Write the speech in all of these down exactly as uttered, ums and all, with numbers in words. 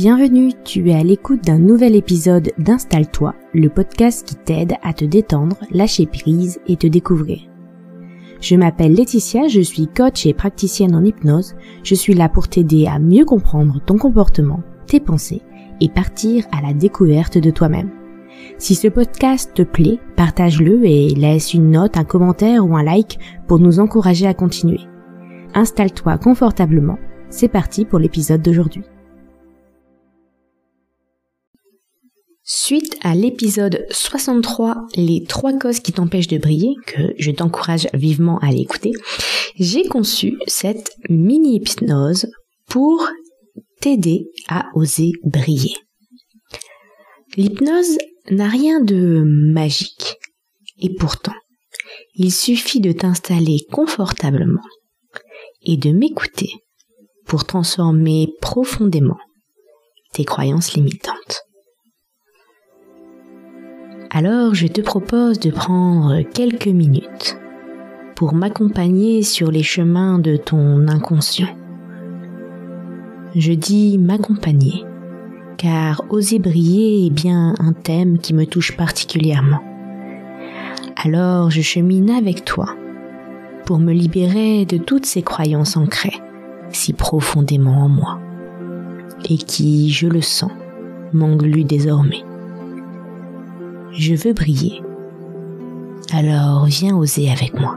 Bienvenue, tu es à l'écoute d'un nouvel épisode d'Installe-toi, le podcast qui t'aide à te détendre, lâcher prise et te découvrir. Je m'appelle Laetitia, je suis coach et praticienne en hypnose. Je suis là pour t'aider à mieux comprendre ton comportement, tes pensées et partir à la découverte de toi-même. Si ce podcast te plaît, partage-le et laisse une note, un commentaire ou un like pour nous encourager à continuer. Installe-toi confortablement, c'est parti pour l'épisode d'aujourd'hui. Suite à l'épisode soixante-trois, les trois causes qui t'empêchent de briller, que je t'encourage vivement à aller écouter, j'ai conçu cette mini-hypnose pour t'aider à oser briller. L'hypnose n'a rien de magique, et pourtant, il suffit de t'installer confortablement et de m'écouter pour transformer profondément tes croyances limitantes. Alors, je te propose de prendre quelques minutes pour m'accompagner sur les chemins de ton inconscient. Je dis m'accompagner, car oser briller est bien un thème qui me touche particulièrement. Alors, je chemine avec toi pour me libérer de toutes ces croyances ancrées si profondément en moi et qui, je le sens, m'engluent désormais. Je veux briller, alors viens oser avec moi.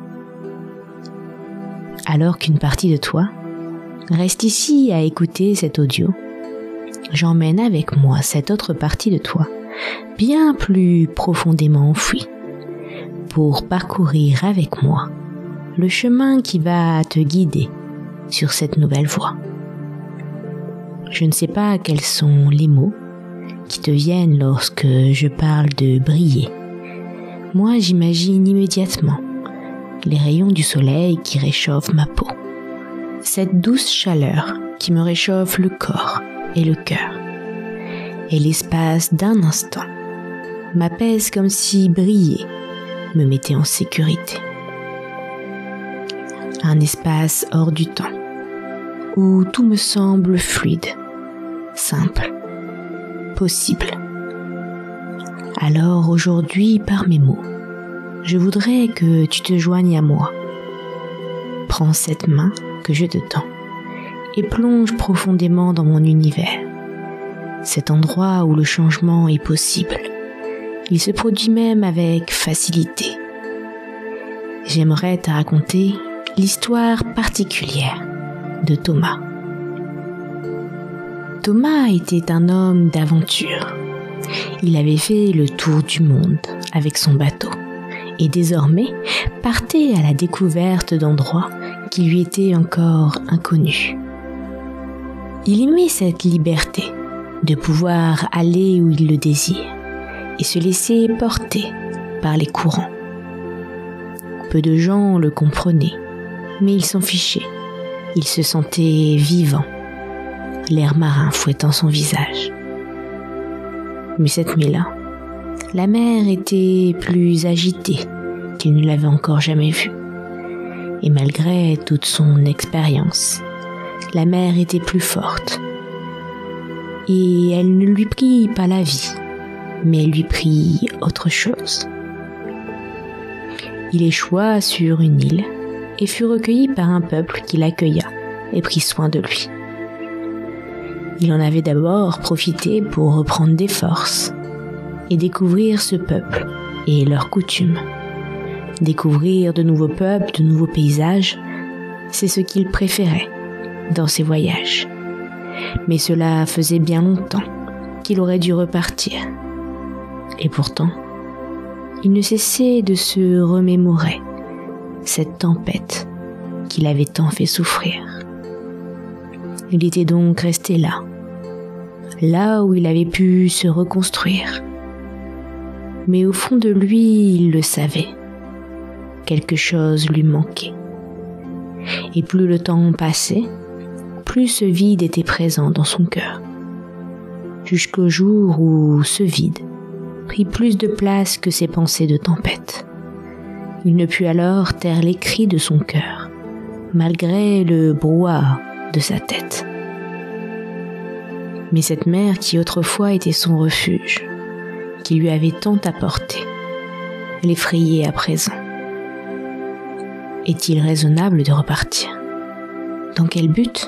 Alors qu'une partie de toi reste ici à écouter cet audio, j'emmène avec moi cette autre partie de toi, bien plus profondément enfouie, pour parcourir avec moi le chemin qui va te guider sur cette nouvelle voie. Je ne sais pas quels sont les mots qui te viennent lorsque je parle de briller. Moi, j'imagine immédiatement les rayons du soleil qui réchauffent ma peau, cette douce chaleur qui me réchauffe le corps et le cœur, et l'espace d'un instant m'apaise comme si briller me mettait en sécurité. Un espace hors du temps, où tout me semble fluide, simple, possible. Alors aujourd'hui, par mes mots, je voudrais que tu te joignes à moi. Prends cette main que je te tends et plonge profondément dans mon univers, cet endroit où le changement est possible. Il se produit même avec facilité. J'aimerais te raconter l'histoire particulière de Thomas. Thomas était un homme d'aventure. Il avait fait le tour du monde avec son bateau et désormais partait à la découverte d'endroits qui lui étaient encore inconnus. Il aimait cette liberté de pouvoir aller où il le désire et se laisser porter par les courants. Peu de gens le comprenaient, mais il s'en fichait. Il se sentait vivant, l'air marin fouettant son visage. Mais cette nuit-là, la mer était plus agitée qu'il ne l'avait encore jamais vue. Et malgré toute son expérience, la mer était plus forte. Et elle ne lui prit pas la vie, mais elle lui prit autre chose. Il échoua sur une île et fut recueilli par un peuple qui l'accueilla et prit soin de lui. Il en avait d'abord profité pour reprendre des forces et découvrir ce peuple et leurs coutumes. Découvrir de nouveaux peuples, de nouveaux paysages, c'est ce qu'il préférait dans ses voyages. Mais cela faisait bien longtemps qu'il aurait dû repartir. Et pourtant, il ne cessait de se remémorer cette tempête qu'il avait tant fait souffrir. Il était donc resté là, là où il avait pu se reconstruire. Mais au fond de lui, il le savait. Quelque chose lui manquait. Et plus le temps passait, plus ce vide était présent dans son cœur. Jusqu'au jour où ce vide prit plus de place que ses pensées de tempête. Il ne put alors taire les cris de son cœur, malgré le brouhaha de sa tête. Mais cette mer qui autrefois était son refuge, qui lui avait tant apporté, l'effrayait à présent. Est-il raisonnable de repartir? Dans quel but?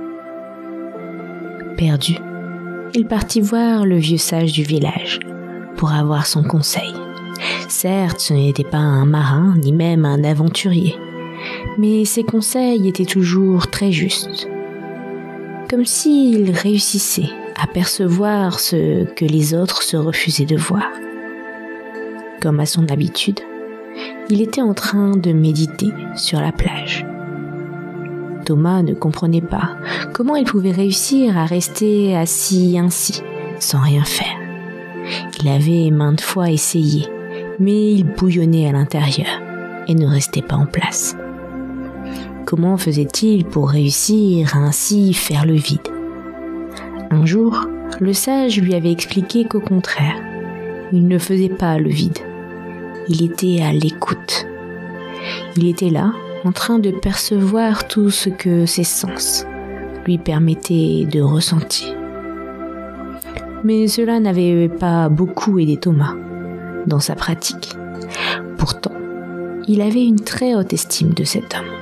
Perdu, il partit voir le vieux sage du village pour avoir son conseil. Certes, ce n'était pas un marin, ni même un aventurier, mais ses conseils étaient toujours très justes. Comme s'il réussissait à percevoir ce que les autres se refusaient de voir. Comme à son habitude, il était en train de méditer sur la plage. Thomas ne comprenait pas comment il pouvait réussir à rester assis ainsi, sans rien faire. Il avait maintes fois essayé, mais il bouillonnait à l'intérieur et ne restait pas en place. Comment faisait-il pour réussir à ainsi faire le vide? Un jour, le sage lui avait expliqué qu'au contraire, il ne faisait pas le vide. Il était à l'écoute. Il était là, en train de percevoir tout ce que ses sens lui permettaient de ressentir. Mais cela n'avait pas beaucoup aidé Thomas dans sa pratique. Pourtant, il avait une très haute estime de cet homme.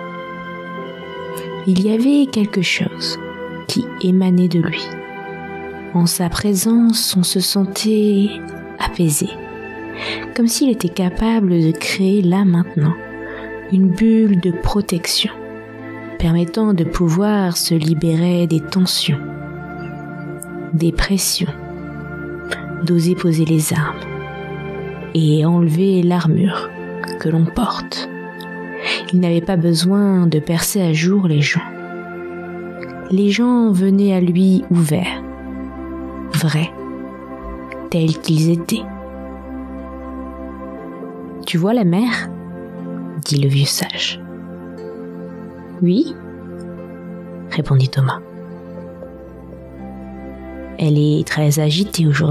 Il y avait quelque chose qui émanait de lui. En sa présence, on se sentait apaisé, comme s'il était capable de créer là maintenant une bulle de protection, permettant de pouvoir se libérer des tensions, des pressions, d'oser poser les armes et enlever l'armure que l'on porte. Il n'avait pas besoin de percer à jour les gens. Les gens venaient à lui ouverts, vrais, tels qu'ils étaient. « Tu vois la mer ?» dit le vieux sage. « Oui, » répondit Thomas. « Elle est très agitée aujourd'hui. »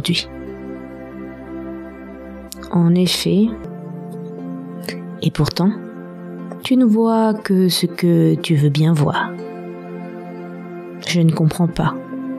En effet, et pourtant, tu ne vois que ce que tu veux bien voir. Je ne comprends pas.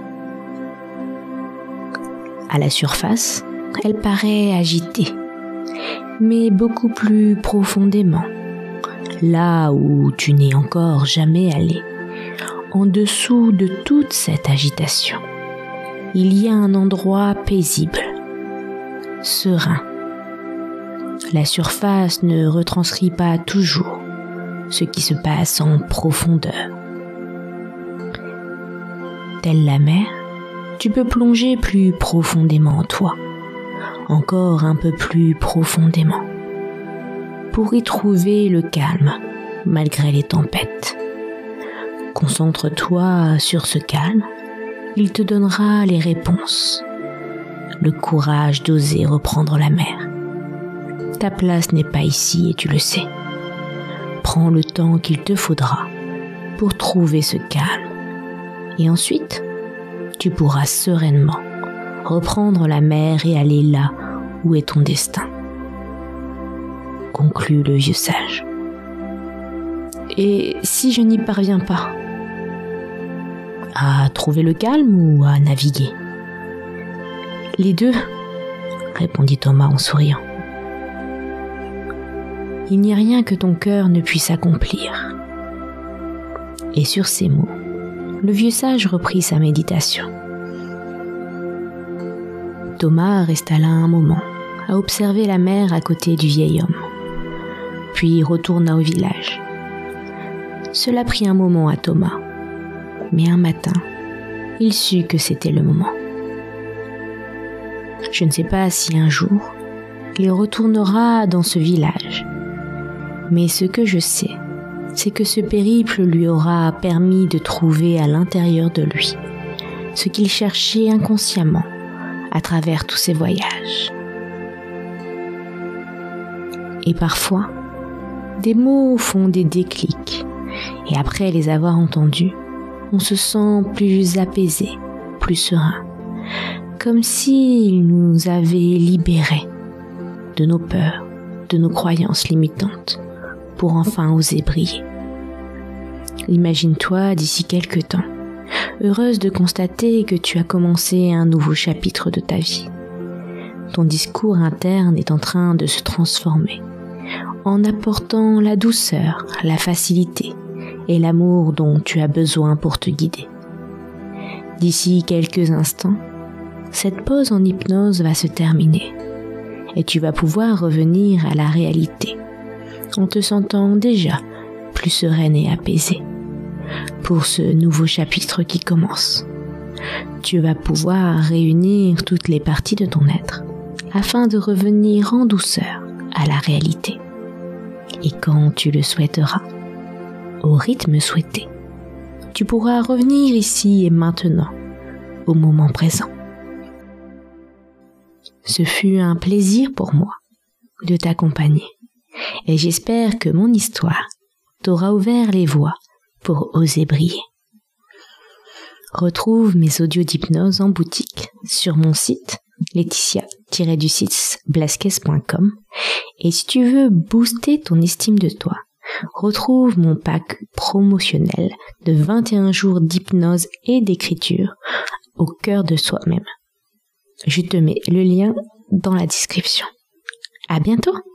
À la surface, elle paraît agitée, mais beaucoup plus profondément, là où tu n'es encore jamais allé, en dessous de toute cette agitation, il y a un endroit paisible, serein. La surface ne retranscrit pas toujours ce qui se passe en profondeur. Telle la mer, tu peux plonger plus profondément en toi, encore un peu plus profondément, pour y trouver le calme malgré les tempêtes. Concentre-toi sur ce calme, il te donnera les réponses, le courage d'oser reprendre la mer. Ta place n'est pas ici et tu le sais. Prends le temps qu'il te faudra pour trouver ce calme. Et ensuite, tu pourras sereinement reprendre la mer et aller là où est ton destin. Conclut le vieux sage. Et si je n'y parviens pas? À trouver le calme ou à naviguer? Les deux, répondit Thomas en souriant. Il n'y a rien que ton cœur ne puisse accomplir. Et sur ces mots, le vieux sage reprit sa méditation. Thomas resta là un moment, à observer la mer à côté du vieil homme, puis retourna au village. Cela prit un moment à Thomas, mais un matin, il sut que c'était le moment. Je ne sais pas si un jour, il retournera dans ce village, mais ce que je sais, c'est que ce périple lui aura permis de trouver à l'intérieur de lui ce qu'il cherchait inconsciemment à travers tous ses voyages. Et parfois, des mots font des déclics, et après les avoir entendus, on se sent plus apaisé, plus serein, comme s'ils nous avaient libérés de nos peurs, de nos croyances limitantes, pour enfin oser briller. Imagine-toi d'ici quelque temps, heureuse de constater que tu as commencé un nouveau chapitre de ta vie. Ton discours interne est en train de se transformer, en apportant la douceur, la facilité et l'amour dont tu as besoin pour te guider. D'ici quelques instants, cette pause en hypnose va se terminer et tu vas pouvoir revenir à la réalité en te sentant déjà plus sereine et apaisée. Pour ce nouveau chapitre qui commence, tu vas pouvoir réunir toutes les parties de ton être afin de revenir en douceur à la réalité. Et quand tu le souhaiteras, au rythme souhaité, tu pourras revenir ici et maintenant, au moment présent. Ce fut un plaisir pour moi de t'accompagner et j'espère que mon histoire t'aura ouvert les voies pour oser briller. Retrouve mes audios d'hypnose en boutique sur mon site laetitia tiret du six blasquez point com et si tu veux booster ton estime de toi, retrouve mon pack promotionnel de vingt et un jours d'hypnose et d'écriture au cœur de soi-même. Je te mets le lien dans la description. À bientôt!